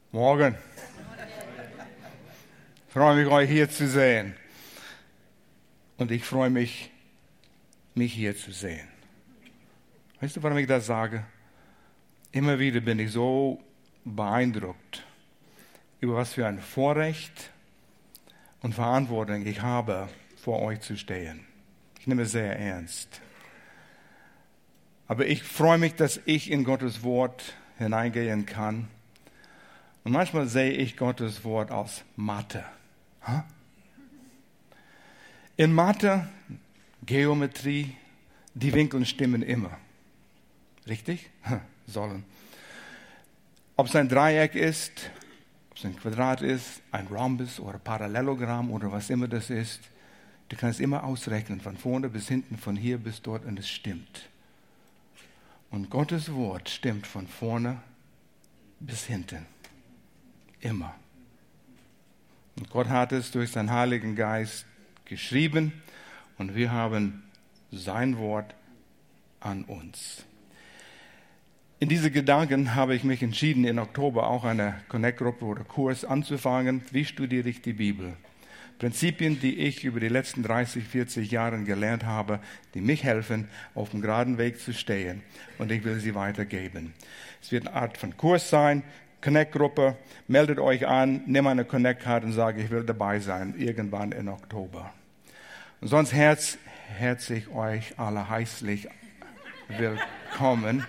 Morgen. Ich freue mich, euch hier zu sehen. Und ich freue mich, mich hier zu sehen. Weißt du, warum ich das sage? Immer wieder bin ich so beeindruckt, über was für ein Vorrecht und Verantwortung ich habe, vor euch zu stehen. Ich nehme es sehr ernst. Aber ich freue mich, dass ich in Gottes Wort hineingehen kann. Und manchmal sehe ich Gottes Wort als Mathe. In Mathe, Geometrie, die Winkel stimmen immer. Richtig? Sollen. Ob es ein Dreieck ist, ob es ein Quadrat ist, ein Rhombus oder Parallelogramm oder was immer das ist, du kannst immer ausrechnen, von vorne bis hinten, von hier bis dort, und es stimmt. Und Gottes Wort stimmt von vorne bis hinten. Immer. Und Gott hat es durch seinen Heiligen Geist geschrieben und wir haben sein Wort an uns. In diese Gedanken habe ich mich entschieden, im Oktober auch eine Connect-Gruppe oder Kurs anzufangen. Wie studiere ich die Bibel? Prinzipien, die ich über die letzten 30, 40 Jahre gelernt habe, die mich helfen, auf dem geraden Weg zu stehen. Und ich will sie weitergeben. Es wird eine Art von Kurs sein, Connect-Gruppe. Meldet euch an, nehmt eine Connect-Karte und sage, ich will dabei sein, irgendwann im Oktober. Und sonst herzlich euch alle herzlich willkommen.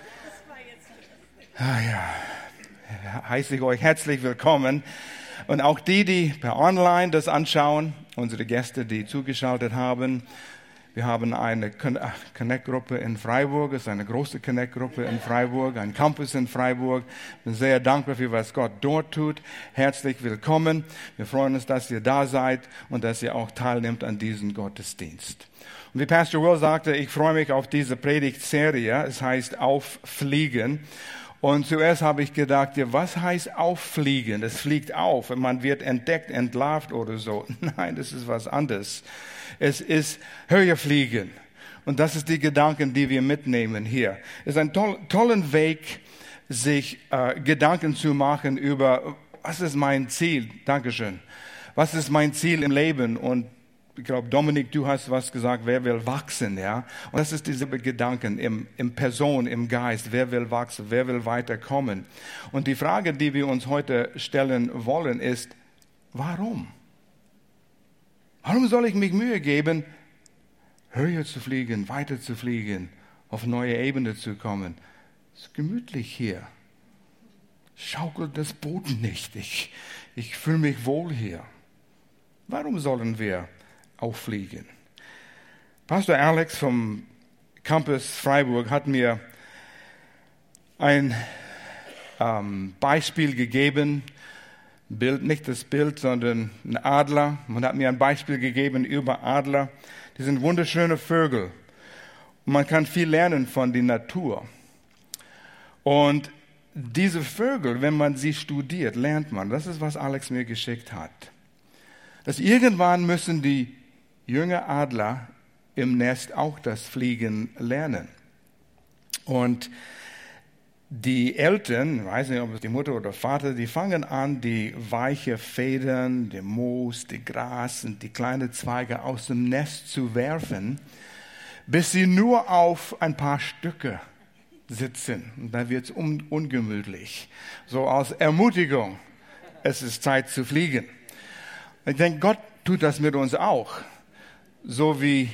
Heiße ich euch herzlich willkommen. Und auch die per Online das anschauen, unsere Gäste, die zugeschaltet haben. Wir haben eine Connect-Gruppe in Freiburg, es ist eine große Connect-Gruppe in Freiburg, ein Campus in Freiburg. Ich bin sehr dankbar für was Gott dort tut. Herzlich willkommen. Wir freuen uns, dass ihr da seid und dass ihr auch teilnehmt an diesem Gottesdienst. Und wie Pastor Will sagte, ich freue mich auf diese Predigtserie. Es heißt Auffliegen. Und zuerst habe ich gedacht, ja, was heißt auffliegen? Das fliegt auf und man wird entdeckt, entlarvt oder so. Nein, das ist was anderes. Es ist höher fliegen. Und das ist die Gedanken, die wir mitnehmen hier. Es ist ein toller Weg, sich Gedanken zu machen über, was ist mein Ziel? Dankeschön. Was ist mein Ziel im Leben? Und ich glaube, Dominik, du hast was gesagt, wer will wachsen, ja? Und das ist diese Gedanken im Person, im Geist. Wer will wachsen? Wer will weiterkommen? Und die Frage, die wir uns heute stellen wollen, ist, warum? Warum soll ich mich Mühe geben, höher zu fliegen, weiter zu fliegen, auf neue Ebene zu kommen? Es ist gemütlich hier. Schaukelt das Boden nicht. Ich fühle mich wohl hier. Warum sollen wir auffliegen? Pastor Alex vom Campus Freiburg hat mir ein Beispiel gegeben, Bild, nicht das Bild, sondern ein Adler. Man hat mir ein Beispiel gegeben über Adler. Die sind wunderschöne Vögel. Und man kann viel lernen von der Natur. Und diese Vögel, wenn man sie studiert, lernt man, das ist, was Alex mir geschickt hat, dass irgendwann müssen die jungen Adler im Nest auch das Fliegen lernen. Und die Eltern, ich weiß nicht, ob es die Mutter oder Vater, die fangen an, die weiche Federn, den Moos, die Gras und die kleinen Zweige aus dem Nest zu werfen, bis sie nur auf ein paar Stücke sitzen. Und dann wird es ungemütlich. So als Ermutigung, es ist Zeit zu fliegen. Ich denke, Gott tut das mit uns auch. So wie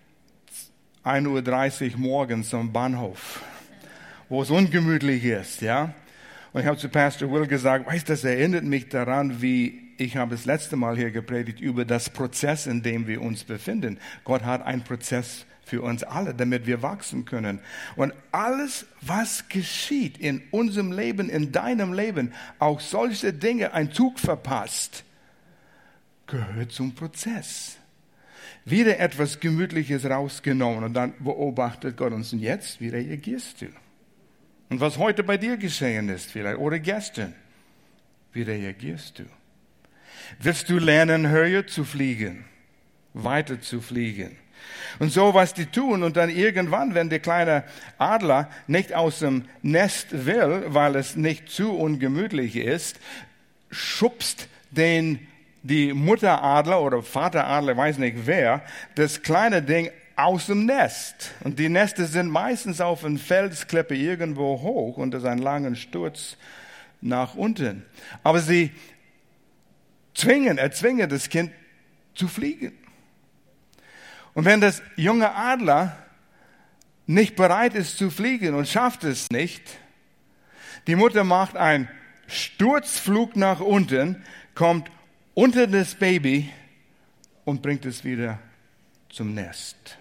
1:30 Uhr morgens am Bahnhof, wo es ungemütlich ist, ja. Und ich habe zu Pastor Will gesagt, weißt du, das erinnert mich daran, wie ich habe das letzte Mal hier gepredigt über das Prozess, in dem wir uns befinden. Gott hat einen Prozess für uns alle, damit wir wachsen können. Und alles, was geschieht in unserem Leben, in deinem Leben, auch solche Dinge, ein Zug verpasst, gehört zum Prozess. Wieder etwas Gemütliches rausgenommen und dann beobachtet Gott uns. Und jetzt, wie reagierst du? Und was heute bei dir geschehen ist vielleicht oder gestern, wie reagierst du? Willst du lernen, höher zu fliegen, weiter zu fliegen? Und so, was die tun, und dann irgendwann, wenn der kleine Adler nicht aus dem Nest will, weil es nicht zu ungemütlich ist, schubst die Mutteradler oder Vateradler, weiß nicht wer, das kleine Ding aus dem Nest. Und die Nester sind meistens auf einer Felsklippe irgendwo hoch und das ist ein langer Sturz nach unten. Aber sie erzwingen das Kind zu fliegen. Und wenn das junge Adler nicht bereit ist zu fliegen und schafft es nicht, die Mutter macht einen Sturzflug nach unten, kommt unter das Baby und bringt es wieder zum Nest,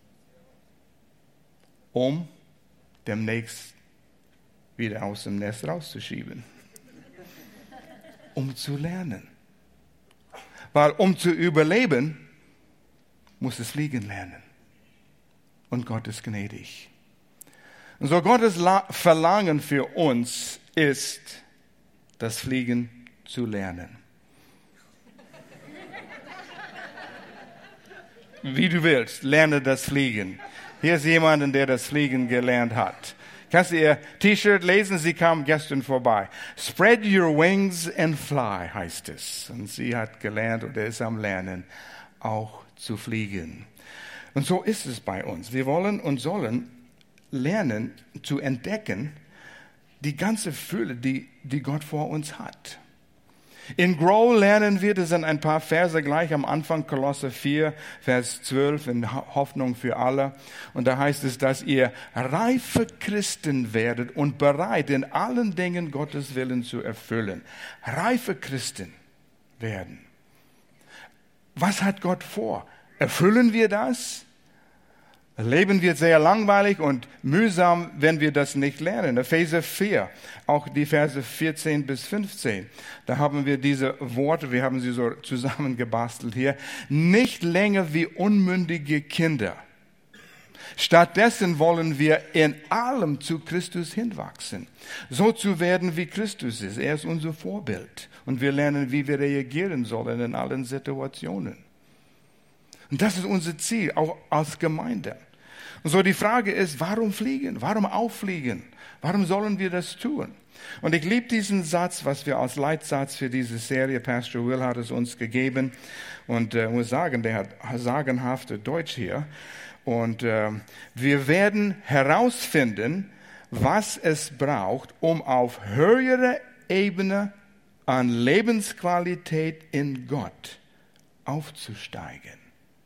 um demnächst wieder aus dem Nest rauszuschieben, um zu lernen. Weil um zu überleben, muss es fliegen lernen. Und Gott ist gnädig. Und so Gottes Verlangen für uns ist, das Fliegen zu lernen. Wie du willst, lerne das Fliegen. Hier ist jemand, der das Fliegen gelernt hat. Kannst du ihr T-Shirt lesen? Sie kam gestern vorbei. Spread your wings and fly, heißt es. Und sie hat gelernt oder ist am Lernen, auch zu fliegen. Und so ist es bei uns. Wir wollen und sollen lernen zu entdecken, die ganze Fülle, die Gott vor uns hat. In Grow lernen wir, das sind ein paar Verse gleich am Anfang, Kolosser 4, Vers 12, in Hoffnung für alle. Und da heißt es, dass ihr reife Christen werdet und bereit, in allen Dingen Gottes Willen zu erfüllen. Reife Christen werden. Was hat Gott vor? Erfüllen wir das? Leben wird sehr langweilig und mühsam, wenn wir das nicht lernen. Epheser 4, auch die Verse 14 bis 15. Da haben wir diese Worte, wir haben sie so zusammengebastelt hier. Nicht länger wie unmündige Kinder. Stattdessen wollen wir in allem zu Christus hinwachsen. So zu werden, wie Christus ist. Er ist unser Vorbild. Und wir lernen, wie wir reagieren sollen in allen Situationen. Und das ist unser Ziel, auch als Gemeinde. Und so die Frage ist, warum fliegen? Warum auffliegen? Warum sollen wir das tun? Und ich liebe diesen Satz, was wir als Leitsatz für diese Serie, Pastor Will hat es uns gegeben. Und muss sagen, der hat sagenhafte Deutsch hier. Und wir werden herausfinden, was es braucht, um auf höhere Ebene an Lebensqualität in Gott aufzusteigen.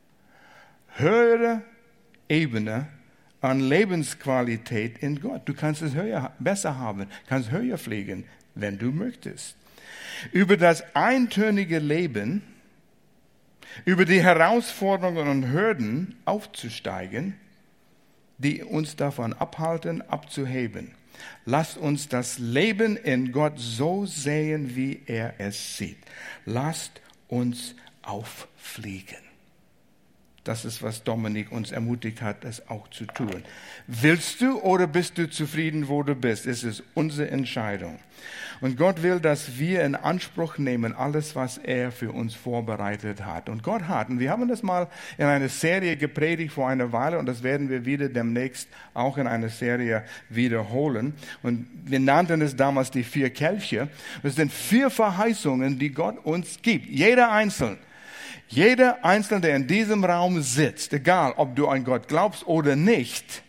Höhere Ebene an Lebensqualität in Gott. Du kannst es besser haben, kannst höher fliegen, wenn du möchtest. Über das eintönige Leben, über die Herausforderungen und Hürden aufzusteigen, die uns davon abhalten, abzuheben. Lasst uns das Leben in Gott so sehen, wie er es sieht. Lasst uns auffliegen. Das ist, was Dominik uns ermutigt hat, das auch zu tun. Willst du oder bist du zufrieden, wo du bist? Es ist unsere Entscheidung. Und Gott will, dass wir in Anspruch nehmen, alles, was er für uns vorbereitet hat. Und Gott hat, und wir haben das mal in einer Serie gepredigt vor einer Weile, und das werden wir wieder demnächst auch in einer Serie wiederholen. Und wir nannten es damals die 4 Kelche. Das sind 4 Verheißungen, die Gott uns gibt. Jeder Einzelne. Jeder Einzelne, der in diesem Raum sitzt, egal ob du an Gott glaubst oder nicht,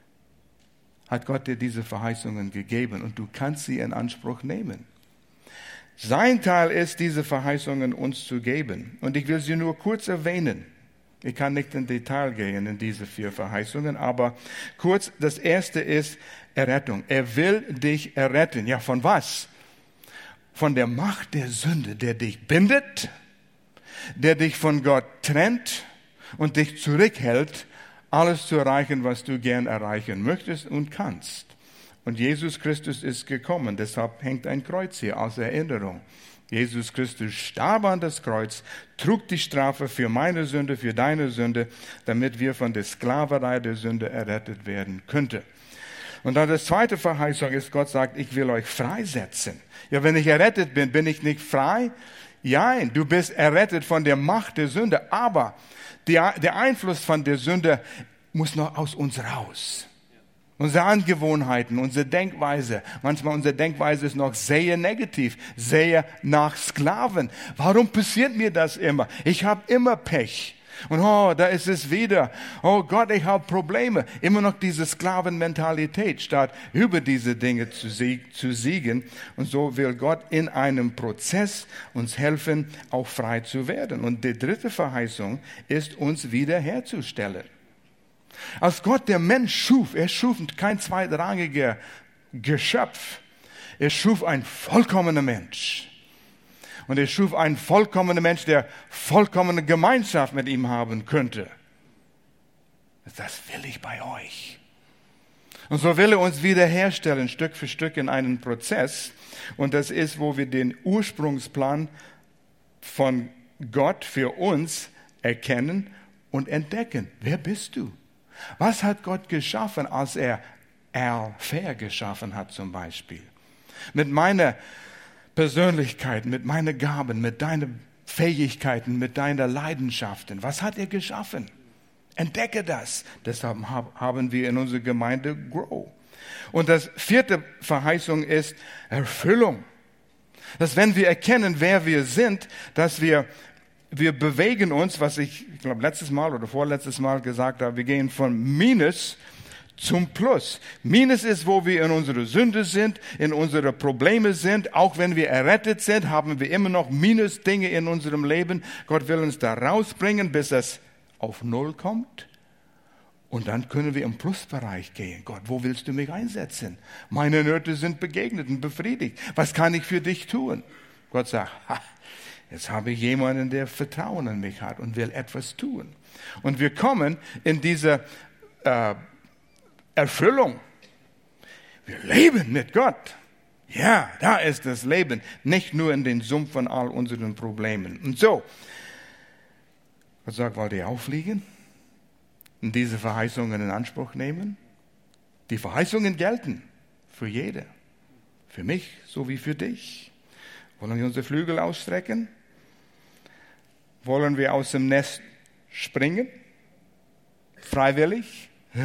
hat Gott dir diese Verheißungen gegeben und du kannst sie in Anspruch nehmen. Sein Teil ist, diese Verheißungen uns zu geben. Und ich will sie nur kurz erwähnen. Ich kann nicht in Detail gehen in diese 4 Verheißungen, aber kurz, das erste ist Errettung. Er will dich erretten. Ja, von was? Von der Macht der Sünde, der dich bindet, der dich von Gott trennt und dich zurückhält, alles zu erreichen, was du gern erreichen möchtest und kannst. Und Jesus Christus ist gekommen, deshalb hängt ein Kreuz hier als Erinnerung. Jesus Christus starb an das Kreuz, trug die Strafe für meine Sünde, für deine Sünde, damit wir von der Sklaverei der Sünde errettet werden könnten. Und dann das zweite Verheißung ist, Gott sagt, ich will euch freisetzen. Ja, wenn ich errettet bin, bin ich nicht frei? Ja, du bist errettet von der Macht der Sünde, aber der Einfluss von der Sünde muss noch aus uns raus. Unsere Angewohnheiten, unsere Denkweise. Manchmal unsere Denkweise ist noch sehr negativ, sehr nach Sklaven. Warum passiert mir das immer? Ich habe immer Pech. Und da ist es wieder. Oh Gott, ich habe Probleme. Immer noch diese Sklavenmentalität, statt über diese Dinge zu siegen. Und so will Gott in einem Prozess uns helfen, auch frei zu werden. Und die dritte Verheißung ist, uns wiederherzustellen. Als Gott der Mensch schuf, er schuf kein zweitrangiger Geschöpf. Er schuf einen vollkommenen Mensch. Und er schuf einen vollkommenen Mensch, der vollkommene Gemeinschaft mit ihm haben könnte. Das will ich bei euch. Und so will er uns wiederherstellen, Stück für Stück in einen Prozess. Und das ist, wo wir den Ursprungsplan von Gott für uns erkennen und entdecken. Wer bist du? Was hat Gott geschaffen, als er fair geschaffen hat zum Beispiel? Mit meiner Persönlichkeit, mit meinen Gaben, mit deinen Fähigkeiten, mit deinen Leidenschaften. Was hat er geschaffen? Entdecke das. Deshalb haben wir in unserer Gemeinde Grow. Und das vierte Verheißung ist Erfüllung. Dass wenn wir erkennen, wer wir sind, dass wir bewegen uns, was ich glaube, letztes Mal oder vorletztes Mal gesagt habe, wir gehen von Minus zum Plus. Minus ist, wo wir in unserer Sünde sind, in unsere Probleme sind. Auch wenn wir errettet sind, haben wir immer noch Minus-Dinge in unserem Leben. Gott will uns da rausbringen, bis es auf Null kommt. Und dann können wir im Plusbereich gehen. Gott, wo willst du mich einsetzen? Meine Nöte sind begegnet und befriedigt. Was kann ich für dich tun? Gott sagt, jetzt habe ich jemanden, der Vertrauen in mich hat und will etwas tun. Und wir kommen in diese Erfüllung. Wir leben mit Gott. Ja, da ist das Leben. Nicht nur in den Sumpf von all unseren Problemen. Und so, Gott sagt, wollt ihr auffliegen? Und diese Verheißungen in Anspruch nehmen? Die Verheißungen gelten für jede. Für mich sowie für dich. Wollen wir unsere Flügel ausstrecken? Wollen wir aus dem Nest springen? Freiwillig?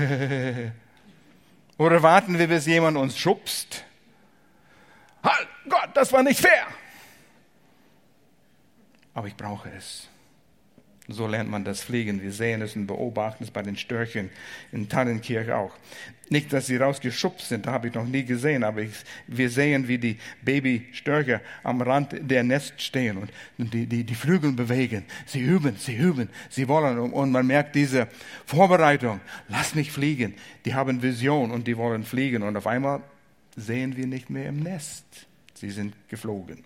Oder warten wir, bis jemand uns schubst? Halt, Gott, das war nicht fair. Aber ich brauche es. So lernt man das Fliegen. Wir sehen es und beobachten es bei den Störchen in Tannenkirch auch. Nicht, dass sie rausgeschubst sind, da habe ich noch nie gesehen, aber wir sehen, wie die Babystörche am Rand der Nest stehen und die Flügel bewegen. Sie üben, sie wollen. Und man merkt diese Vorbereitung. Lass mich fliegen. Die haben Vision und die wollen fliegen. Und auf einmal sehen wir nicht mehr im Nest. Sie sind geflogen.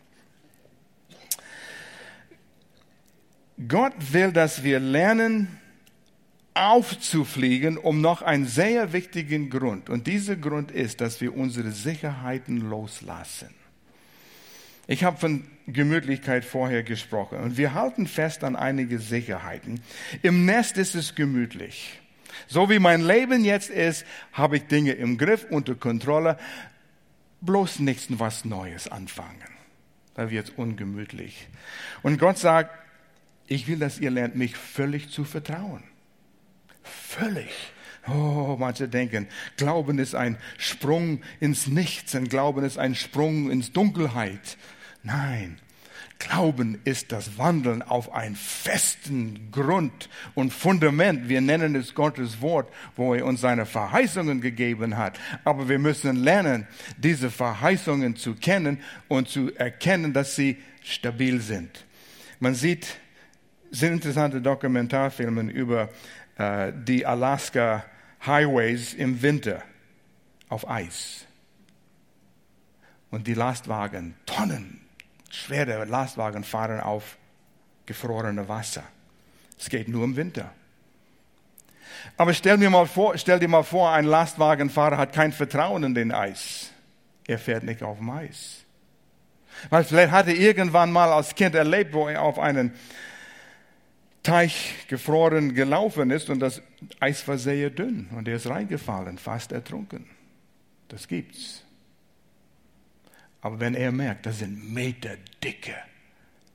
Gott will, dass wir lernen, aufzufliegen, um noch einen sehr wichtigen Grund. Und dieser Grund ist, dass wir unsere Sicherheiten loslassen. Ich habe von Gemütlichkeit vorher gesprochen. Und wir halten fest an einige Sicherheiten. Im Nest ist es gemütlich. So wie mein Leben jetzt ist, habe ich Dinge im Griff, unter Kontrolle. Bloß nichts was Neues anfangen. Da wird es ungemütlich. Und Gott sagt, ich will, dass ihr lernt, mich völlig zu vertrauen. Völlig. Oh, manche denken, Glauben ist ein Sprung ins Nichts, und Glauben ist ein Sprung ins Dunkelheit. Nein, Glauben ist das Wandeln auf einen festen Grund und Fundament. Wir nennen es Gottes Wort, wo er uns seine Verheißungen gegeben hat. Aber wir müssen lernen, diese Verheißungen zu kennen und zu erkennen, dass sie stabil sind. Man sieht sehr interessante Dokumentarfilme über die Alaska Highways im Winter auf Eis. Und die Lastwagen, Tonnen, schwere Lastwagen fahren auf gefrorene Wasser. Es geht nur im Winter. Aber stell dir mal vor, ein Lastwagenfahrer hat kein Vertrauen in den Eis. Er fährt nicht auf dem Eis. Weil vielleicht hat er irgendwann mal als Kind erlebt, wo er auf einen Teich gefroren gelaufen ist und das Eis war sehr dünn und er ist reingefallen, fast ertrunken. Das gibt's. Aber wenn er merkt, das sind Meter dicke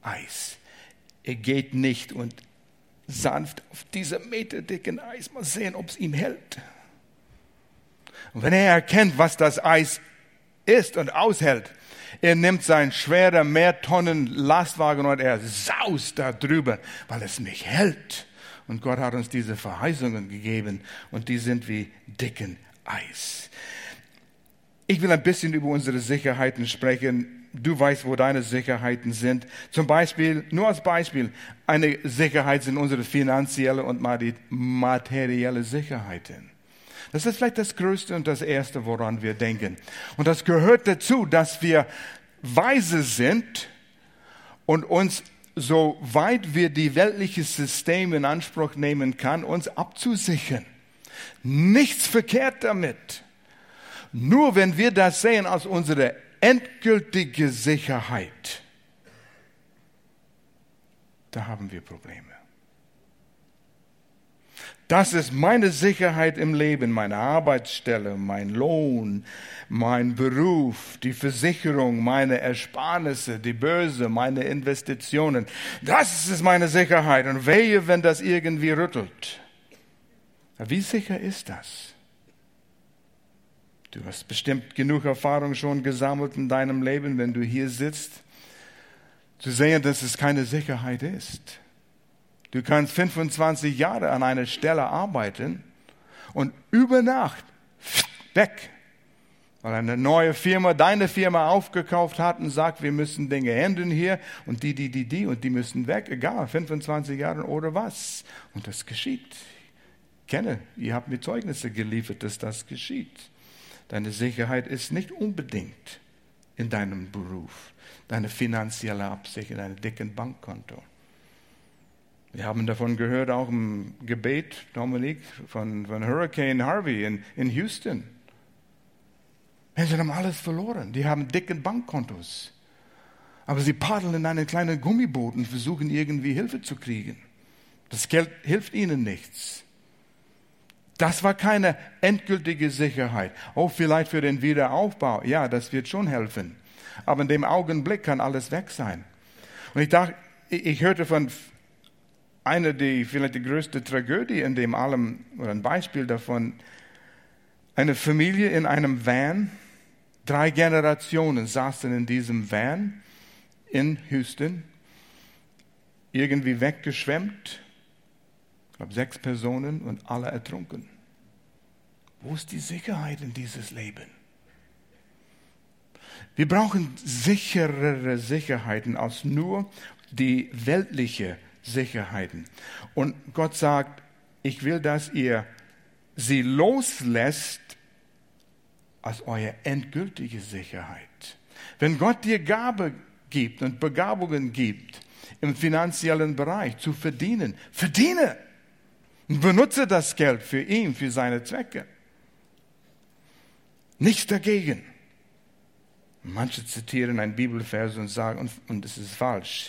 Eis. Er geht nicht und sanft auf diesem meterdicken Eis mal sehen, ob es ihm hält. Und wenn er erkennt, was das Eis ist und aushält, er nimmt seinen schweren Mehrtonnen Lastwagen und er saust da drüber, weil es nicht hält. Und Gott hat uns diese Verheißungen gegeben und die sind wie dicken Eis. Ich will ein bisschen über unsere Sicherheiten sprechen. Du weißt, wo deine Sicherheiten sind. Zum Beispiel, nur als Beispiel, eine Sicherheit sind unsere finanzielle und materielle Sicherheiten. Das ist vielleicht das Größte und das Erste, woran wir denken. Und das gehört dazu, dass wir weise sind und uns, soweit wir die weltliche System in Anspruch nehmen kann, uns abzusichern. Nichts verkehrt damit. Nur wenn wir das sehen als unsere endgültige Sicherheit, da haben wir Probleme. Das ist meine Sicherheit im Leben, meine Arbeitsstelle, mein Lohn, mein Beruf, die Versicherung, meine Ersparnisse, die Börse, meine Investitionen. Das ist meine Sicherheit und wehe, wenn das irgendwie rüttelt. Wie sicher ist das? Du hast bestimmt genug Erfahrung schon gesammelt in deinem Leben, wenn du hier sitzt, zu sehen, dass es keine Sicherheit ist. Du kannst 25 Jahre an einer Stelle arbeiten und über Nacht weg, weil eine neue Firma deine Firma aufgekauft hat und sagt, wir müssen Dinge ändern hier und die und die müssen weg, egal, 25 Jahre oder was. Und das geschieht. Ich kenne, ihr habt mir Zeugnisse geliefert, dass das geschieht. Deine Sicherheit ist nicht unbedingt in deinem Beruf, deine finanzielle Absicherung, deinem dicken Bankkonto. Wir haben davon gehört, auch im Gebet, Dominik, von Hurricane Harvey in Houston. Menschen haben alles verloren. Die haben dicken Bankkontos. Aber sie paddeln in einen kleinen Gummiboot und versuchen irgendwie Hilfe zu kriegen. Das Geld hilft ihnen nichts. Das war keine endgültige Sicherheit. Auch vielleicht für den Wiederaufbau. Ja, das wird schon helfen. Aber in dem Augenblick kann alles weg sein. Und ich hörte von vielleicht die größte Tragödie in dem allem, oder ein Beispiel davon, eine Familie in einem Van, 3 Generationen saßen in diesem Van in Houston, irgendwie weggeschwemmt, ich glaube 6 Personen und alle ertrunken. Wo ist die Sicherheit in dieses Leben? Wir brauchen sicherere Sicherheiten als nur die weltliche Sicherheiten. Und Gott sagt, ich will, dass ihr sie loslässt als eure endgültige Sicherheit. Wenn Gott dir Gabe gibt und Begabungen gibt, im finanziellen Bereich zu verdiene und benutze das Geld für ihn, für seine Zwecke. Nichts dagegen. Manche zitieren einen Bibelvers und sagen, und es ist falsch,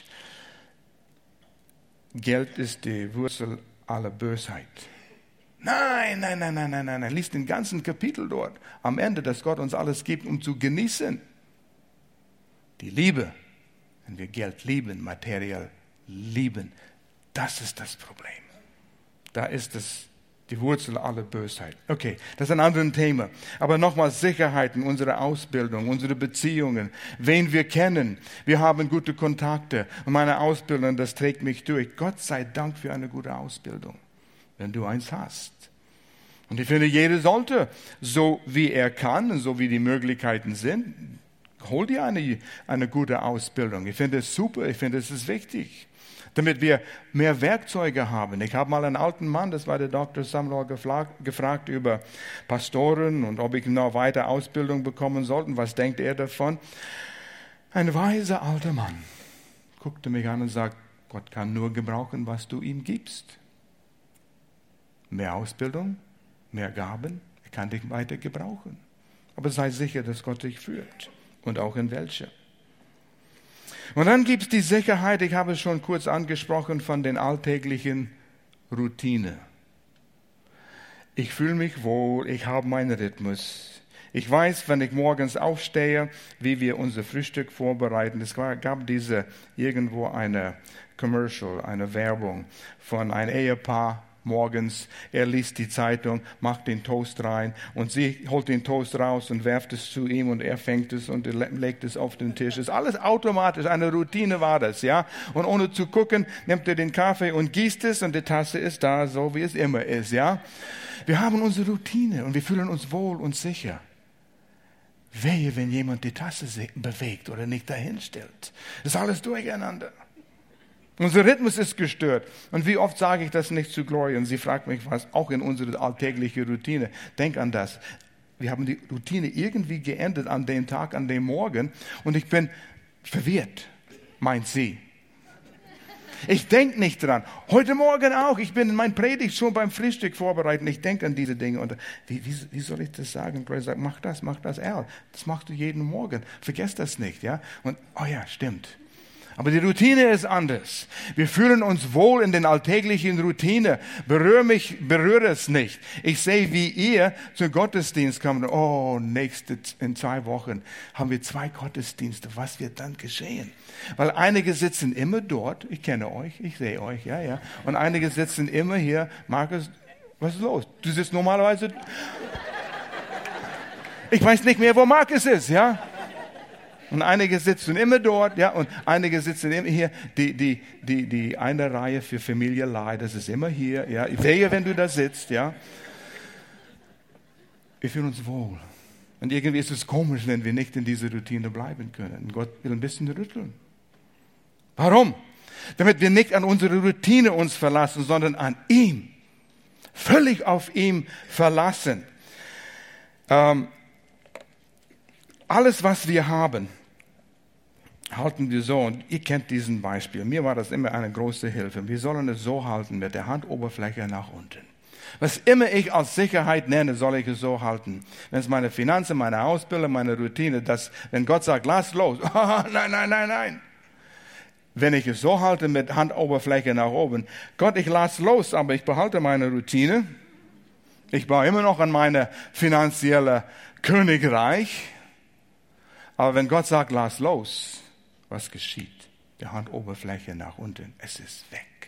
Geld ist die Wurzel aller Bösheit. Nein. Lies den ganzen Kapitel dort. Am Ende, dass Gott uns alles gibt, um zu genießen. Die Liebe, wenn wir Geld lieben, materiell lieben, das ist das Problem. Da ist es die Wurzel aller Bösheit. Okay, das ist ein anderes Thema. Aber nochmal Sicherheiten, unsere Ausbildung, unsere Beziehungen, wen wir kennen. Wir haben gute Kontakte. Und meine Ausbildung, das trägt mich durch. Gott sei Dank für eine gute Ausbildung, wenn du eins hast. Und ich finde, jeder sollte, so wie er kann und so wie die Möglichkeiten sind, hol dir eine gute Ausbildung. Ich finde es super, ich finde es ist wichtig, damit wir mehr Werkzeuge haben. Ich habe mal einen alten Mann, das war der Dr. Samuel, gefragt über Pastoren und ob ich noch weiter Ausbildung bekommen sollte. Was denkt er davon? Ein weiser alter Mann guckte mich an und sagt, Gott kann nur gebrauchen, was du ihm gibst. Mehr Ausbildung, mehr Gaben, er kann dich weiter gebrauchen. Aber sei sicher, dass Gott dich führt und auch in welche. Und dann gibt es die Sicherheit, ich habe es schon kurz angesprochen, von den alltäglichen Routine. Ich fühle mich wohl, ich habe meinen Rhythmus, Ich weiß, wenn ich morgens aufstehe, wie wir unser Frühstück vorbereiten. Gab irgendwo eine Commercial, eine Werbung von einem Ehepaar. Morgens, er liest die Zeitung, macht den Toast rein und sie holt den Toast raus und werft es zu ihm und er fängt es und legt es auf den Tisch. Das ist alles automatisch, eine Routine war das, ja. Und ohne zu gucken, nimmt er den Kaffee und gießt es und die Tasse ist da, so wie es immer ist, ja. Wir haben unsere Routine und wir fühlen uns wohl und sicher. Wehe, wenn jemand die Tasse bewegt oder nicht dahin stellt. Das ist alles durcheinander. Unser Rhythmus ist gestört. Und wie oft sage ich das nicht zu Gloria? Und sie fragt mich was, auch in unserer alltäglichen Routine. Denk an das. Wir haben die Routine irgendwie geändert an dem Tag, an dem Morgen. Und ich bin verwirrt, meint sie. Ich denke nicht dran. Heute Morgen auch. Ich bin in meiner Predigt schon beim Frühstück vorbereiten. Ich denke an diese Dinge. Und wie soll ich das sagen? Gloria sagt, mach das, Al. Das machst du jeden Morgen. Vergiss das nicht, ja? Und, oh ja, stimmt. Aber die Routine ist anders. Wir fühlen uns wohl in den alltäglichen Routine. Berühre es nicht. Ich sehe, wie ihr zum Gottesdienst kommt. Oh, in 2 Wochen haben wir 2 Gottesdienste. Was wird dann geschehen? Weil einige sitzen immer dort. Ich kenne euch, ich sehe euch, ja. Und einige sitzen immer hier. Markus, was ist los? Du sitzt normalerweise. Ich weiß nicht mehr, wo Markus ist, ja. Und einige sitzen immer dort, ja, und einige sitzen immer hier. Die eine Reihe für Familie Leid, das ist immer hier, ja. Wehe, wenn du da sitzt, ja. Wir fühlen uns wohl. Und irgendwie ist es komisch, wenn wir nicht in dieser Routine bleiben können. Gott will ein bisschen rütteln. Warum? Damit wir nicht an unsere Routine uns verlassen, sondern an ihm. Völlig auf ihm verlassen. Alles, was wir haben, halten wir so. Und ihr kennt diesen Beispiel. Mir war das immer eine große Hilfe. Wir sollen es so halten, mit der Handoberfläche nach unten. Was immer ich als Sicherheit nenne, soll ich es so halten. Wenn es meine Finanzen, meine Ausbildung, meine Routine, wenn Gott sagt, lass los. Nein. Wenn ich es so halte, mit Handoberfläche nach oben. Gott, ich lass los, aber ich behalte meine Routine. Ich baue immer noch an meine finanzielle Königreich. Aber wenn Gott sagt, lass los, was geschieht? Die Handoberfläche nach unten, es ist weg.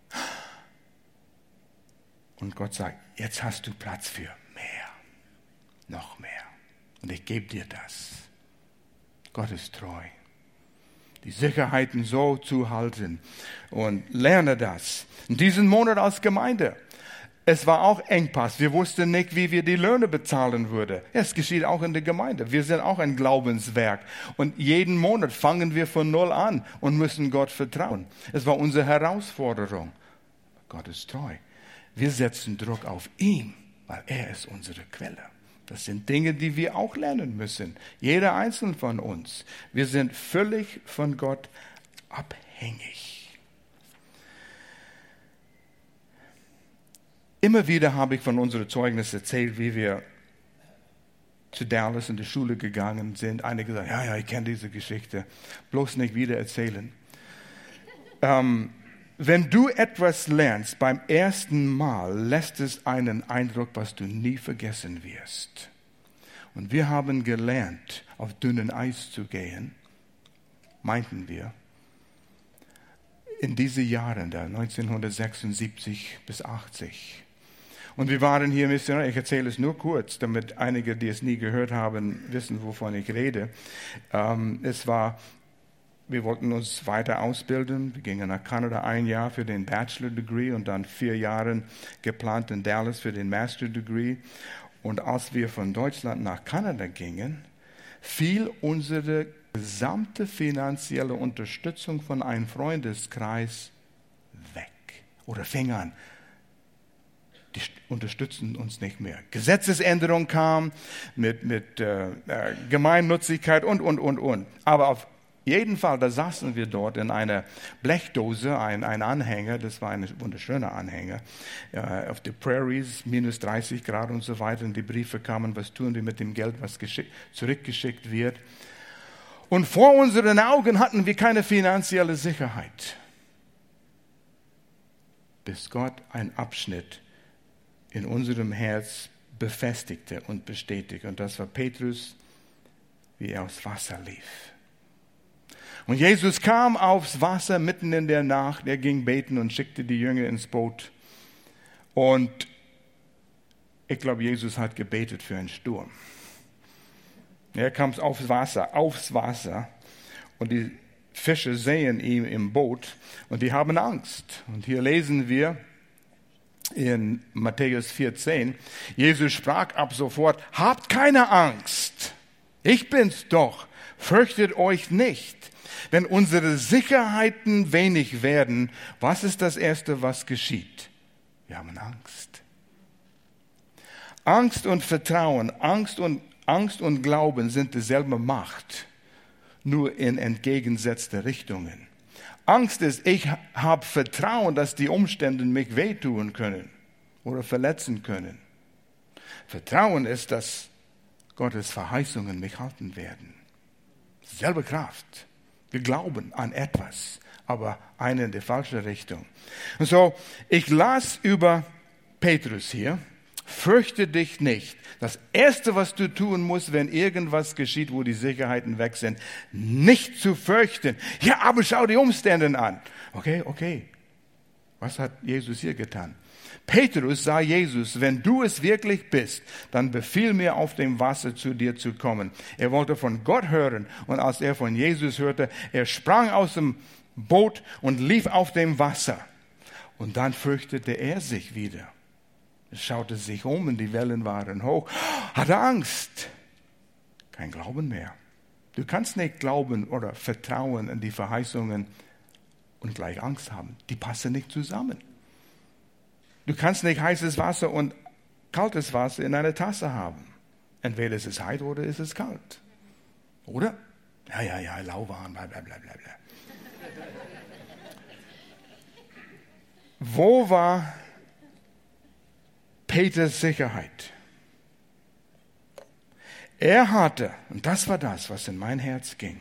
Und Gott sagt, jetzt hast du Platz für mehr, noch mehr. Und ich gebe dir das. Gott ist treu. Die Sicherheiten so zu halten und lerne das. In diesem Monat als Gemeinde. Es war auch Engpass. Wir wussten nicht, wie wir die Löhne bezahlen würden. Es geschieht auch in der Gemeinde. Wir sind auch ein Glaubenswerk. Und jeden Monat fangen wir von Null an und müssen Gott vertrauen. Es war unsere Herausforderung. Gott ist treu. Wir setzen Druck auf ihn, weil er ist unsere Quelle. Das sind Dinge, die wir auch lernen müssen. Jeder einzelne von uns. Wir sind völlig von Gott abhängig. Immer wieder habe ich von unserem Zeugnis erzählt, wie wir zu Dallas in die Schule gegangen sind. Einige sagen, ja, ich kenne diese Geschichte. Bloß nicht wieder erzählen. Wenn du etwas lernst beim ersten Mal, lässt es einen Eindruck, was du nie vergessen wirst. Und wir haben gelernt, auf dünnen Eis zu gehen, meinten wir, in diese Jahren da, 1976 bis 80. Und wir waren hier Missionar. Ich erzähle es nur kurz, damit einige, die es nie gehört haben, wissen, wovon ich rede. Wir wollten uns weiter ausbilden. Wir gingen nach Kanada 1 Jahr für den Bachelor Degree und dann 4 Jahre geplant in Dallas für den Master Degree. Und als wir von Deutschland nach Kanada gingen, fiel unsere gesamte finanzielle Unterstützung von einem Freundeskreis weg. Oder fing an. Die unterstützen uns nicht mehr. Gesetzesänderung kam mit Gemeinnützigkeit und. Aber auf jeden Fall, da saßen wir dort in einer Blechdose, ein Anhänger, das war ein wunderschöner Anhänger, auf die Prairies, minus 30 Grad und so weiter. Und die Briefe kamen, was tun wir mit dem Geld, was zurückgeschickt wird. Und vor unseren Augen hatten wir keine finanzielle Sicherheit. Bis Gott einen Abschnitt in unserem Herz befestigte und bestätigte. Und das war Petrus, wie er aufs Wasser lief. Und Jesus kam aufs Wasser mitten in der Nacht. Er ging beten und schickte die Jünger ins Boot. Und ich glaube, Jesus hat gebetet für einen Sturm. Er kam aufs Wasser. Und die Fische sehen ihn im Boot und die haben Angst. Und hier lesen wir in Matthäus 14, Jesus sprach ab sofort, habt keine Angst, ich bin's doch, fürchtet euch nicht. Wenn unsere Sicherheiten wenig werden, was ist das Erste, was geschieht? Wir haben Angst. Angst und Vertrauen, Angst und Glauben sind dieselbe Macht, nur in entgegengesetzte Richtungen. Angst ist, ich habe Vertrauen, dass die Umstände mich wehtun können oder verletzen können. Vertrauen ist, dass Gottes Verheißungen mich halten werden. Selbe Kraft. Wir glauben an etwas, aber eine in die falsche Richtung. Und so, ich las über Petrus hier. Fürchte dich nicht. Das Erste, was du tun musst, wenn irgendwas geschieht, wo die Sicherheiten weg sind, nicht zu fürchten. Ja, aber schau die Umstände an. Okay. Was hat Jesus hier getan? Petrus sah Jesus, wenn du es wirklich bist, dann befiehl mir auf dem Wasser zu dir zu kommen. Er wollte von Gott hören und als er von Jesus hörte, er sprang aus dem Boot und lief auf dem Wasser. Und dann fürchtete er sich wieder. Er schaute sich um und die Wellen waren hoch, hatte Angst. Kein Glauben mehr. Du kannst nicht glauben oder vertrauen in die Verheißungen und gleich Angst haben. Die passen nicht zusammen. Du kannst nicht heißes Wasser und kaltes Wasser in einer Tasse haben. Entweder ist es heiß oder ist es kalt. Oder? Ja, lauwarm, bla bla bla bla. Wo war Peters Sicherheit? Er hatte, und das war das, was in mein Herz ging,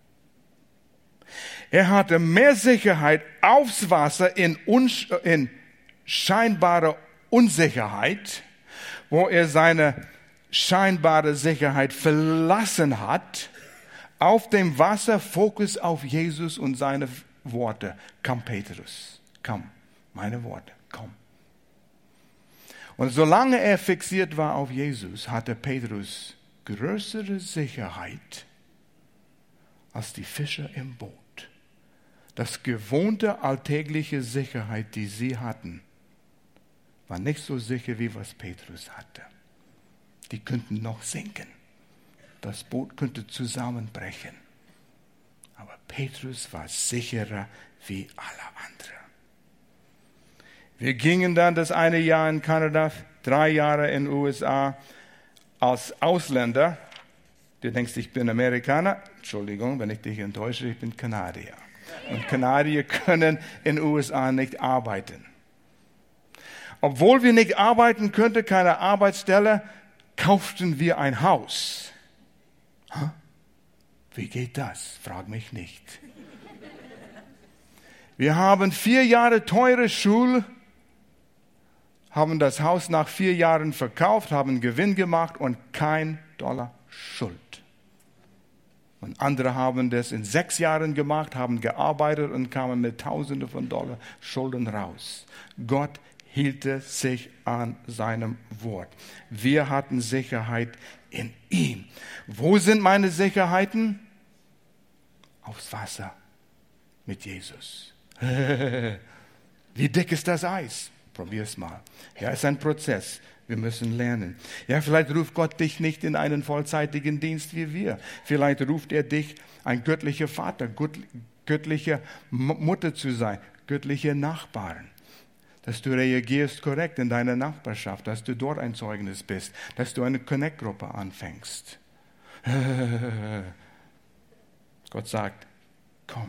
er hatte mehr Sicherheit aufs Wasser in scheinbare Unsicherheit, wo er seine scheinbare Sicherheit verlassen hat, auf dem Wasser Fokus auf Jesus und seine Worte. Komm, Petrus, komm, meine Worte, komm. Und solange er fixiert war auf Jesus, hatte Petrus größere Sicherheit als die Fischer im Boot. Das gewohnte alltägliche Sicherheit, die sie hatten, war nicht so sicher, wie was Petrus hatte. Die könnten noch sinken. Das Boot könnte zusammenbrechen. Aber Petrus war sicherer wie alle anderen. Wir gingen dann das eine Jahr in Kanada, 3 Jahre in den USA als Ausländer. Du denkst, ich bin Amerikaner. Entschuldigung, wenn ich dich enttäusche, ich bin Kanadier. Und Kanadier können in den USA nicht arbeiten. Obwohl wir nicht arbeiten könnten, keine Arbeitsstelle, kauften wir ein Haus. Wie geht das? Frag mich nicht. Wir haben 4 Jahre teure Schule, haben das Haus nach 4 Jahren verkauft, haben Gewinn gemacht und kein $1 Schuld. Und andere haben das in 6 Jahren gemacht, haben gearbeitet und kamen mit Tausende von $, Schulden raus. Gott hielt sich an seinem Wort. Wir hatten Sicherheit in ihm. Wo sind meine Sicherheiten? Aufs Wasser mit Jesus. Wie dick ist das Eis? Probier's mal. Ja, es ist ein Prozess. Wir müssen lernen. Ja, vielleicht ruft Gott dich nicht in einen vollzeitigen Dienst wie wir. Vielleicht ruft er dich, ein göttlicher Vater, göttliche Mutter zu sein, göttliche Nachbarn. Dass du reagierst korrekt in deiner Nachbarschaft, dass du dort ein Zeugnis bist, dass du eine Connect-Gruppe anfängst. Gott sagt, komm.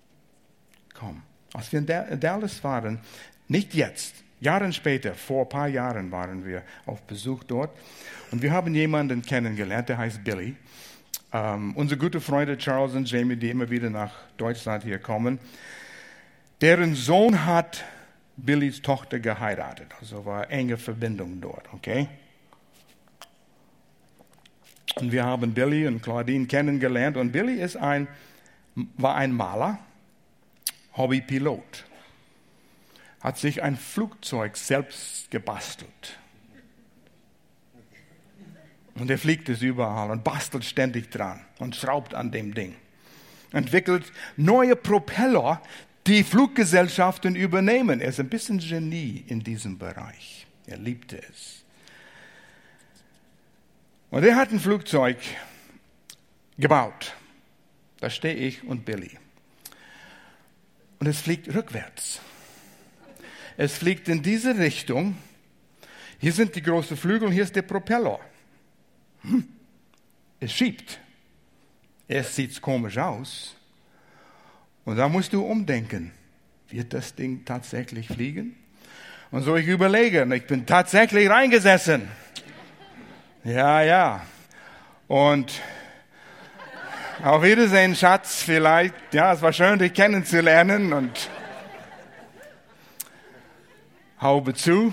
Als wir in Dallas waren, nicht jetzt, Jahre später, vor ein paar Jahren waren wir auf Besuch dort und wir haben jemanden kennengelernt, der heißt Billy. Unsere guten Freunde Charles und Jamie, die immer wieder nach Deutschland hier kommen, deren Sohn hat Billys Tochter geheiratet, also war enge Verbindung dort, okay? Und wir haben Billy und Claudine kennengelernt. Und Billy war ein Maler, Hobbypilot. Hat sich ein Flugzeug selbst gebastelt. Und er fliegt es überall und bastelt ständig dran und schraubt an dem Ding. Entwickelt neue Propeller, die Fluggesellschaften übernehmen. Er ist ein bisschen Genie in diesem Bereich. Er liebte es. Und er hat ein Flugzeug gebaut. Da stehe ich und Billy. Und es fliegt rückwärts. Es fliegt in diese Richtung. Hier sind die großen Flügel, hier ist der Propeller. Es schiebt. Erst sieht es komisch aus. Und da musst du umdenken. Wird das Ding tatsächlich fliegen? Und so ich überlege, und ich bin tatsächlich reingesessen. Ja. Und auf Wiedersehen, Schatz, vielleicht. Ja, es war schön, dich kennenzulernen. Und Haube zu,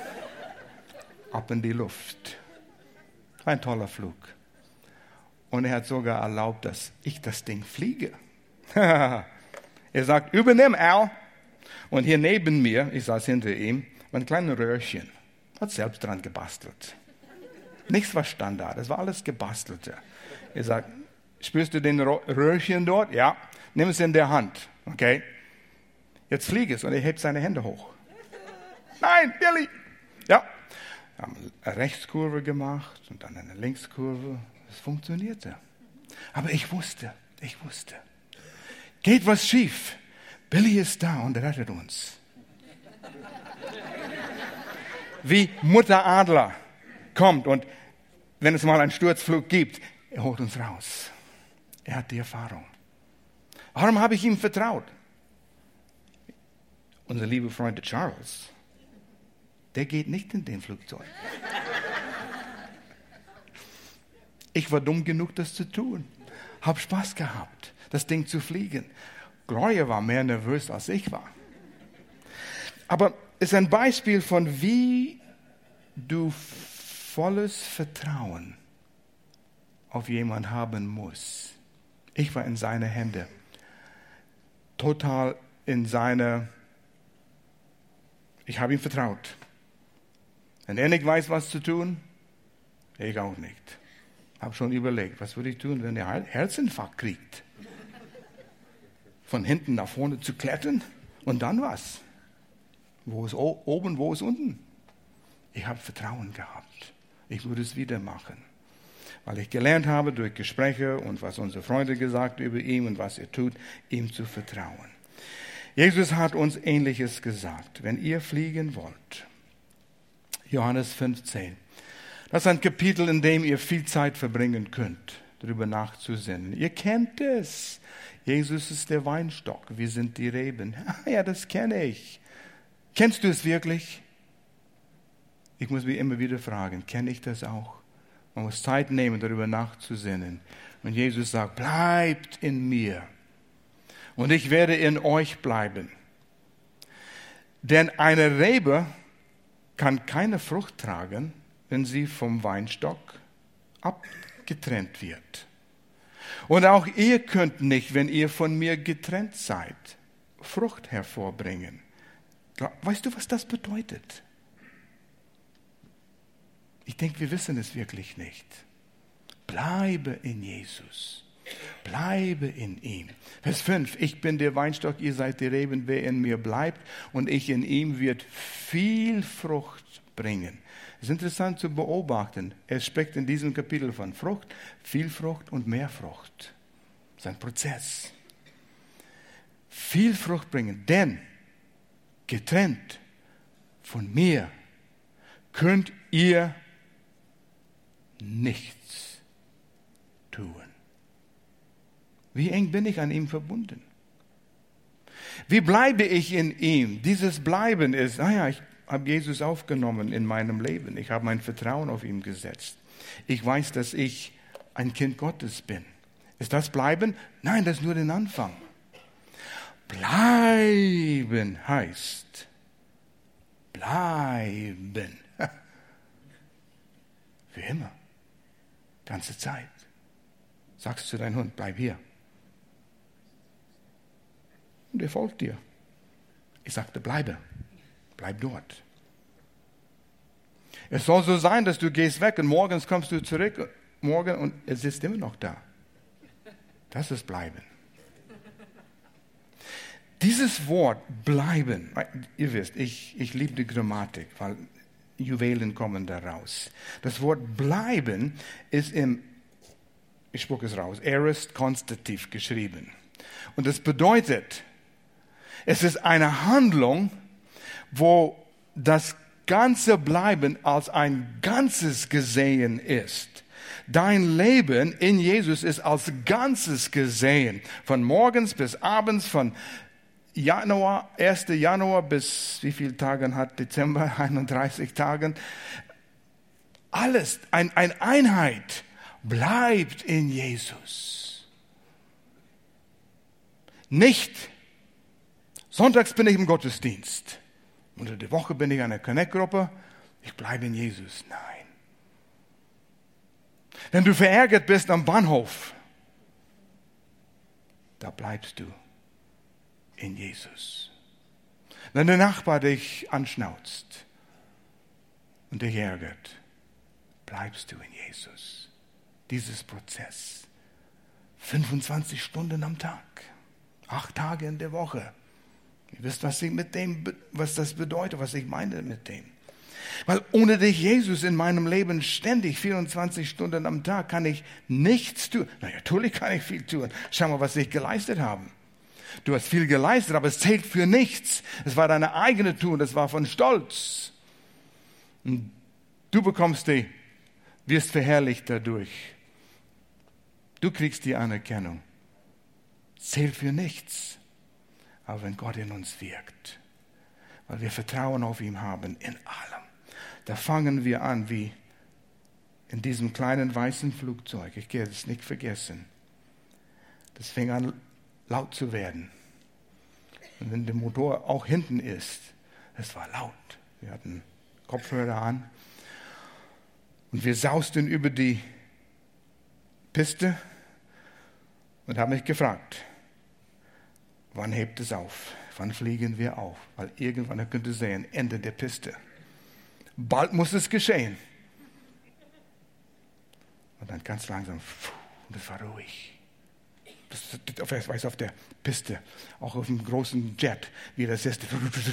ab in die Luft. Ein toller Flug. Und er hat sogar erlaubt, dass ich das Ding fliege. Er sagt, übernimm, Al. Und hier neben mir, ich saß hinter ihm, war ein kleines Röhrchen. Hat selbst dran gebastelt. Nichts war Standard, es war alles Gebastelte. Er sagt, spürst du den Röhrchen dort? Ja. Nimm es in der Hand, okay? Jetzt flieg es. Und er hebt seine Hände hoch. Nein, Billy. Ja. Wir haben eine Rechtskurve gemacht und dann eine Linkskurve. Es funktionierte. Aber ich wusste, geht was schief, Billy ist da und rettet uns. Wie Mutter Adler kommt und wenn es mal einen Sturzflug gibt, er holt uns raus. Er hat die Erfahrung. Warum habe ich ihm vertraut? Unser lieber Freund Charles, der geht nicht in den Flugzeug. Ich war dumm genug, das zu tun. Hab Spaß gehabt, das Ding zu fliegen. Gloria war mehr nervös, als ich war. Aber es ist ein Beispiel von, wie du volles Vertrauen auf jemanden haben musst. Ich war in seine Hände. Total in seine... Ich habe ihm vertraut. Wenn er nicht weiß, was zu tun, ich auch nicht. Habe schon überlegt, was würde ich tun, wenn er Herzinfarkt kriegt? Von hinten nach vorne zu klettern und dann was? Wo ist oben, wo ist unten? Ich habe Vertrauen gehabt. Ich würde es wieder machen. Weil ich gelernt habe durch Gespräche und was unsere Freunde gesagt über ihn und was er tut, ihm zu vertrauen. Jesus hat uns Ähnliches gesagt. Wenn ihr fliegen wollt, Johannes 15, das ist ein Kapitel, in dem ihr viel Zeit verbringen könnt, darüber nachzusinnen. Ihr kennt es. Jesus ist der Weinstock, wir sind die Reben. Ja, das kenne ich. Kennst du es wirklich? Ich muss mich immer wieder fragen, kenne ich das auch? Man muss Zeit nehmen, darüber nachzusinnen. Und Jesus sagt, bleibt in mir und ich werde in euch bleiben. Denn eine Rebe kann keine Frucht tragen, wenn sie vom Weinstock abgetrennt wird. Und auch ihr könnt nicht, wenn ihr von mir getrennt seid, Frucht hervorbringen. Weißt du, was das bedeutet? Ich denke, wir wissen es wirklich nicht. Bleibe in Jesus. Bleibe in ihm. Vers 5. Ich bin der Weinstock, ihr seid die Reben. Wer in mir bleibt und ich in ihm, wird viel Frucht bringen. Es ist interessant zu beobachten. Er spricht in diesem Kapitel von Frucht, viel Frucht und mehr Frucht. Das ist ein Prozess. Viel Frucht bringen, denn getrennt von mir könnt ihr nichts tun. Wie eng bin ich an ihm verbunden? Wie bleibe ich in ihm? Dieses Bleiben ist, ich habe Jesus aufgenommen in meinem Leben. Ich habe mein Vertrauen auf ihn gesetzt. Ich weiß, dass ich ein Kind Gottes bin. Ist das Bleiben? Nein, das ist nur der Anfang. Bleiben heißt bleiben. Für immer. Ganze Zeit. Sagst zu deinem Hund, bleib hier. Und er folgt dir. Ich sagte, bleib dort. Es soll so sein, dass du gehst weg und morgens kommst du zurück, morgen und er sitzt immer noch da. Das ist bleiben. Dieses Wort bleiben, ihr wisst, ich liebe die Grammatik, weil Juwelen kommen da raus. Das Wort bleiben ist ich spucke es raus, Aorist Konstativ geschrieben. Und das bedeutet, es ist eine Handlung, wo das ganze Bleiben als ein Ganzes gesehen ist. Dein Leben in Jesus ist als Ganzes gesehen. Von morgens bis abends, von 1. Januar bis wie viele Tage hat Dezember? 31 Tagen. Alles, eine Einheit bleibt in Jesus. Nicht, sonntags bin ich im Gottesdienst. Unter der Woche bin ich in einer Connect-Gruppe. Ich bleibe in Jesus. Nein. Wenn du verärgert bist am Bahnhof, da bleibst du in Jesus. Wenn der Nachbar dich anschnauzt und dich ärgert, bleibst du in Jesus. Dieses Prozess. 25 Stunden am Tag. 8 Tage in der Woche. Ihr wisst, was das bedeutet, was ich meine mit dem. Weil ohne dich, Jesus, in meinem Leben ständig 24 Stunden am Tag kann ich nichts tun. Na ja, natürlich kann ich viel tun. Schau mal, was ich geleistet habe. Du hast viel geleistet, aber es zählt für nichts. Es war deine eigene Tun, das war von Stolz. Und du wirst verherrlicht dadurch. Du kriegst die Anerkennung. Zählt für nichts. Aber wenn Gott in uns wirkt, weil wir Vertrauen auf ihn haben in allem, da fangen wir an wie in diesem kleinen weißen Flugzeug. Ich werde es nicht vergessen. Das fing an laut zu werden. Und wenn der Motor auch hinten ist, es war laut. Wir hatten Kopfhörer an und wir sausten über die Piste und haben mich gefragt, wann hebt es auf? Wann fliegen wir auf? Weil irgendwann, ihr könnt ihr sehen, Ende der Piste. Bald muss es geschehen. Und dann ganz langsam, und es war ruhig. Das weiß auf der Piste, auch auf dem großen Jet, wie das ist.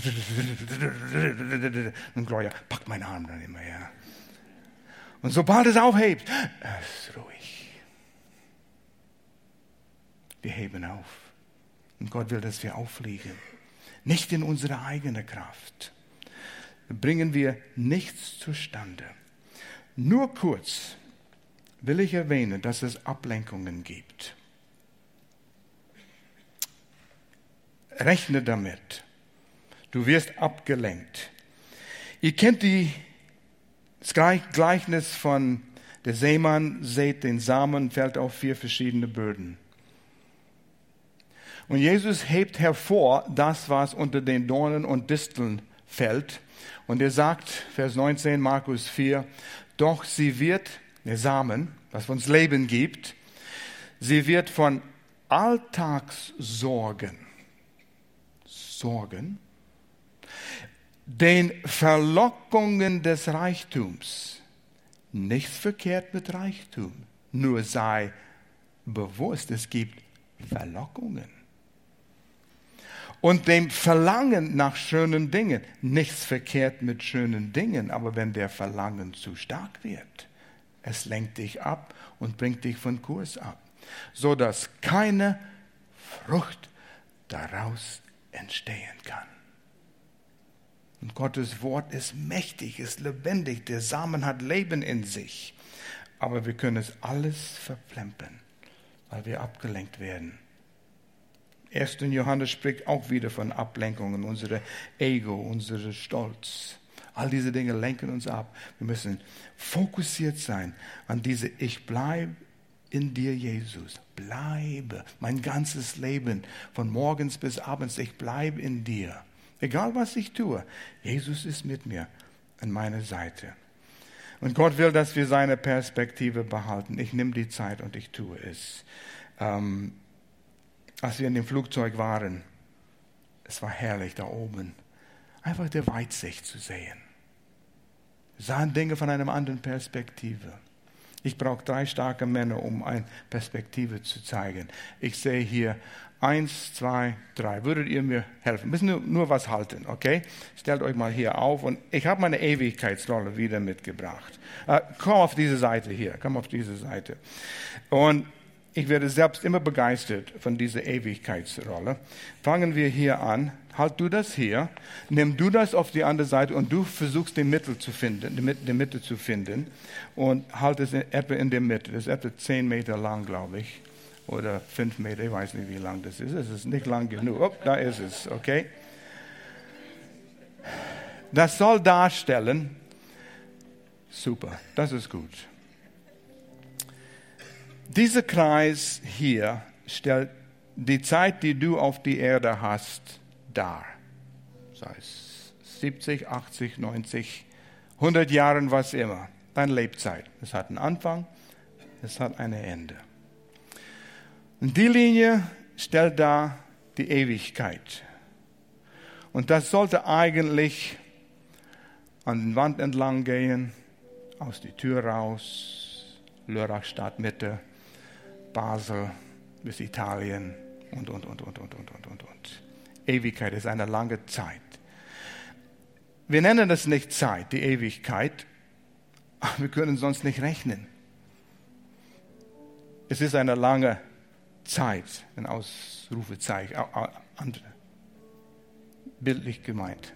Und Gloria packt meinen Arm dann immer her. Und sobald es aufhebt, es ist ruhig. Wir heben auf. Und Gott will, dass wir auffliegen. Nicht in unsere eigene Kraft. Bringen wir nichts zustande. Nur kurz will ich erwähnen, dass es Ablenkungen gibt. Rechne damit. Du wirst abgelenkt. Ihr kennt das Gleichnis von der Sämann sät den Samen, fällt auf 4 verschiedene Böden. Und Jesus hebt hervor das, was unter den Dornen und Disteln fällt. Und er sagt, Vers 19, Markus 4, doch sie wird, der Samen, was uns Leben gibt, sie wird von Alltagssorgen, den Verlockungen des Reichtums, nichts verkehrt mit Reichtum, nur sei bewusst, es gibt Verlockungen. Und dem Verlangen nach schönen Dingen. Nichts verkehrt mit schönen Dingen, aber wenn der Verlangen zu stark wird, es lenkt dich ab und bringt dich von Kurs ab, sodass keine Frucht daraus entstehen kann. Und Gottes Wort ist mächtig, ist lebendig, der Samen hat Leben in sich, aber wir können es alles verplempern, weil wir abgelenkt werden. 1. Johannes spricht auch wieder von Ablenkungen, unsere Ego, unsere Stolz. All diese Dinge lenken uns ab. Wir müssen fokussiert sein an diese Ich bleibe in dir, Jesus. Bleibe mein ganzes Leben, von morgens bis abends, ich bleibe in dir. Egal was ich tue, Jesus ist mit mir an meiner Seite. Und Gott will, dass wir seine Perspektive behalten. Ich nehme die Zeit und ich tue es. Als wir in dem Flugzeug waren, es war herrlich da oben, einfach der Weitsicht zu sehen. Wir sahen Dinge von einer anderen Perspektive. Ich brauche 3 starke Männer, um eine Perspektive zu zeigen. Ich sehe hier 1, 2, 3. Würdet ihr mir helfen? Wir müssen nur was halten, okay? Stellt euch mal hier auf und ich habe meine Ewigkeitsrolle wieder mitgebracht. Komm auf diese Seite hier, komm auf diese Seite. Und ich werde selbst immer begeistert von dieser Ewigkeitsrolle. Fangen wir hier an. Halt du das hier, nimm du das auf die andere Seite und du versuchst die Mitte zu finden und halt es etwa in der Mitte. Das ist etwa 10 Meter lang, glaube ich, oder 5 Meter, ich weiß nicht, wie lang das ist. Es ist nicht lang genug. Oh, da ist es, okay. Das soll darstellen, super, das ist gut. Dieser Kreis hier stellt die Zeit, die du auf die Erde hast, dar. Sei es 70, 80, 90, 100 Jahren, was immer. Deine Lebzeit. Es hat einen Anfang, es hat ein Ende. Und die Linie stellt dar die Ewigkeit. Und das sollte eigentlich an der Wand entlang gehen, aus die Tür raus, Lörrach Stadtmitte, Basel bis Italien und. Ewigkeit ist eine lange Zeit. Wir nennen das nicht Zeit, die Ewigkeit, aber wir können sonst nicht rechnen. Es ist eine lange Zeit, ein Ausrufezeichen, bildlich gemeint.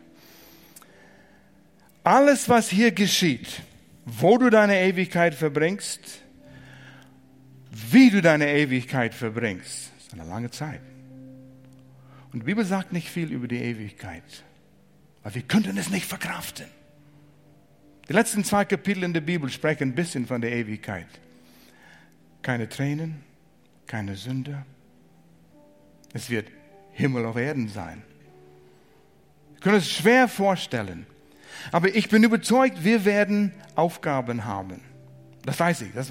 Alles, was hier geschieht, wo du deine Ewigkeit verbringst, wie du deine Ewigkeit verbringst, ist eine lange Zeit. Und die Bibel sagt nicht viel über die Ewigkeit, weil wir könnten es nicht verkraften. Die letzten 2 Kapitel in der Bibel sprechen ein bisschen von der Ewigkeit. Keine Tränen, keine Sünde. Es wird Himmel auf Erden sein. Wir können es schwer vorstellen. Aber ich bin überzeugt, wir werden Aufgaben haben. Das weiß ich.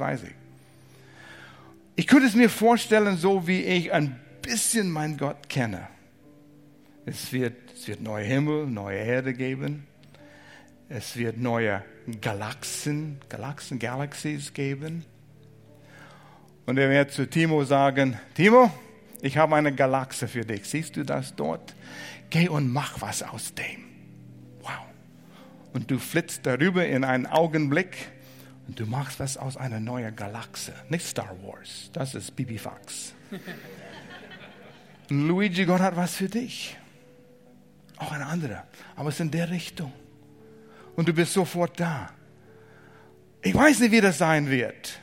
Ich könnte es mir vorstellen, so wie ich ein bisschen meinen Gott kenne. Es wird neue Himmel, neue Erde geben. Es wird neue Galaxies geben. Und er wird zu Timo sagen, Timo, ich habe eine Galaxie für dich. Siehst du das dort? Geh und mach was aus dem. Wow. Und du flitzt darüber in einen Augenblick und du machst was aus einer neuen Galaxie. Nicht Star Wars, das ist Bibifax. Und Luigi, Gott hat was für dich. Auch eine andere, aber es ist in der Richtung. Und du bist sofort da. Ich weiß nicht, wie das sein wird.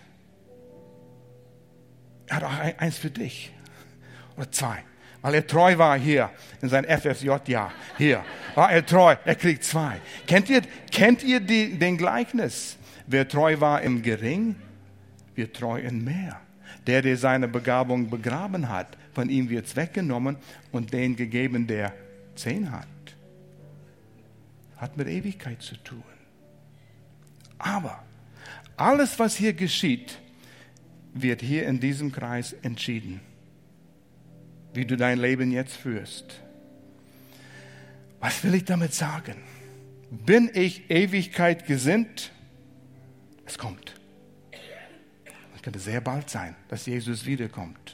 Er hat auch eins für dich. Oder 2. Weil er treu war hier in seinem FSJ-Jahr. Hier war er treu. Er kriegt 2. Kennt ihr den Gleichnis? Wer treu war im Gering, wird treu in mehr. Der seine Begabung begraben hat, von ihm wird es weggenommen und den gegeben, der 10 hat. Hat mit Ewigkeit zu tun. Aber alles, was hier geschieht, wird hier in diesem Kreis entschieden. Wie du dein Leben jetzt führst. Was will ich damit sagen? Bin ich Ewigkeit gesinnt? Es kommt. Es könnte sehr bald sein, dass Jesus wiederkommt.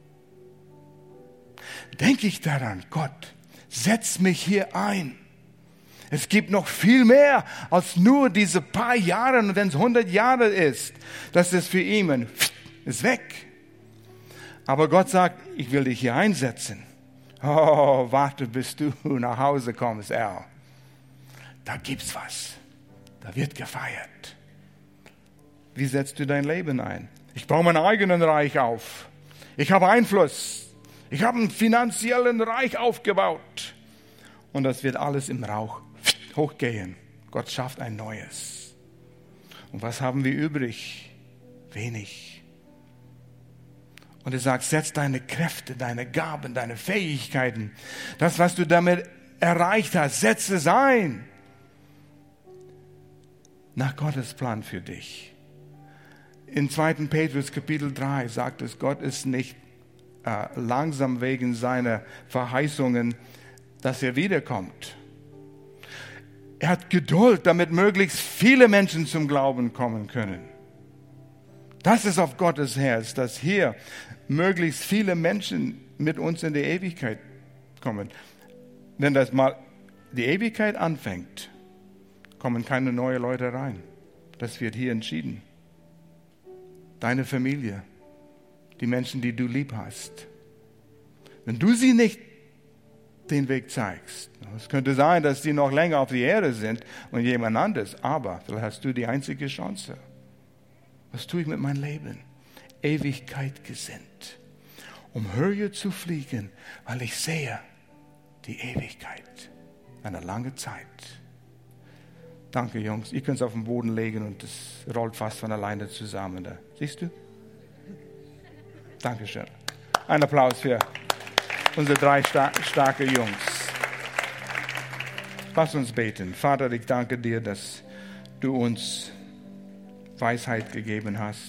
Denke ich daran, Gott, setz mich hier ein. Es gibt noch viel mehr als nur diese paar Jahre. Und wenn es 100 Jahre ist, das ist für ihn ist weg. Aber Gott sagt, ich will dich hier einsetzen. Oh, warte, bis du nach Hause kommst, Al. Da gibt's was. Da wird gefeiert. Wie setzt du dein Leben ein? Ich baue mein eigenes Reich auf. Ich habe Einfluss. Ich habe ein finanziellen Reich aufgebaut. Und das wird alles im Rauch hochgehen. Gott schafft ein neues. Und was haben wir übrig? Wenig. Und er sagt, setz deine Kräfte, deine Gaben, deine Fähigkeiten, das, was du damit erreicht hast, setz es ein. nach Gottes Plan für dich. In 2. Petrus Kapitel 3 sagt es, Gott ist nicht langsam wegen seiner Verheißungen, dass er wiederkommt. Er hat Geduld, damit möglichst viele Menschen zum Glauben kommen können. Das ist auf Gottes Herz, dass hier möglichst viele Menschen mit uns in die Ewigkeit kommen. Wenn das mal die Ewigkeit anfängt, kommen keine neuen Leute rein. Das wird hier entschieden. Deine Familie, die Menschen, die du lieb hast. Wenn du sie nicht den Weg zeigst, es könnte sein, dass sie noch länger auf der Erde sind und jemand anderes, aber vielleicht hast du die einzige Chance. Was tue ich mit meinem Leben? Ewigkeit gesinnt, um höher zu fliegen, weil ich sehe die Ewigkeit, eine lange Zeit. Danke, Jungs. Ihr könnt es auf den Boden legen und es rollt fast von alleine zusammen. Da. Siehst du? Dankeschön. Ein Applaus für unsere 3 starke Jungs. Lass uns beten. Vater, ich danke dir, dass du uns Weisheit gegeben hast.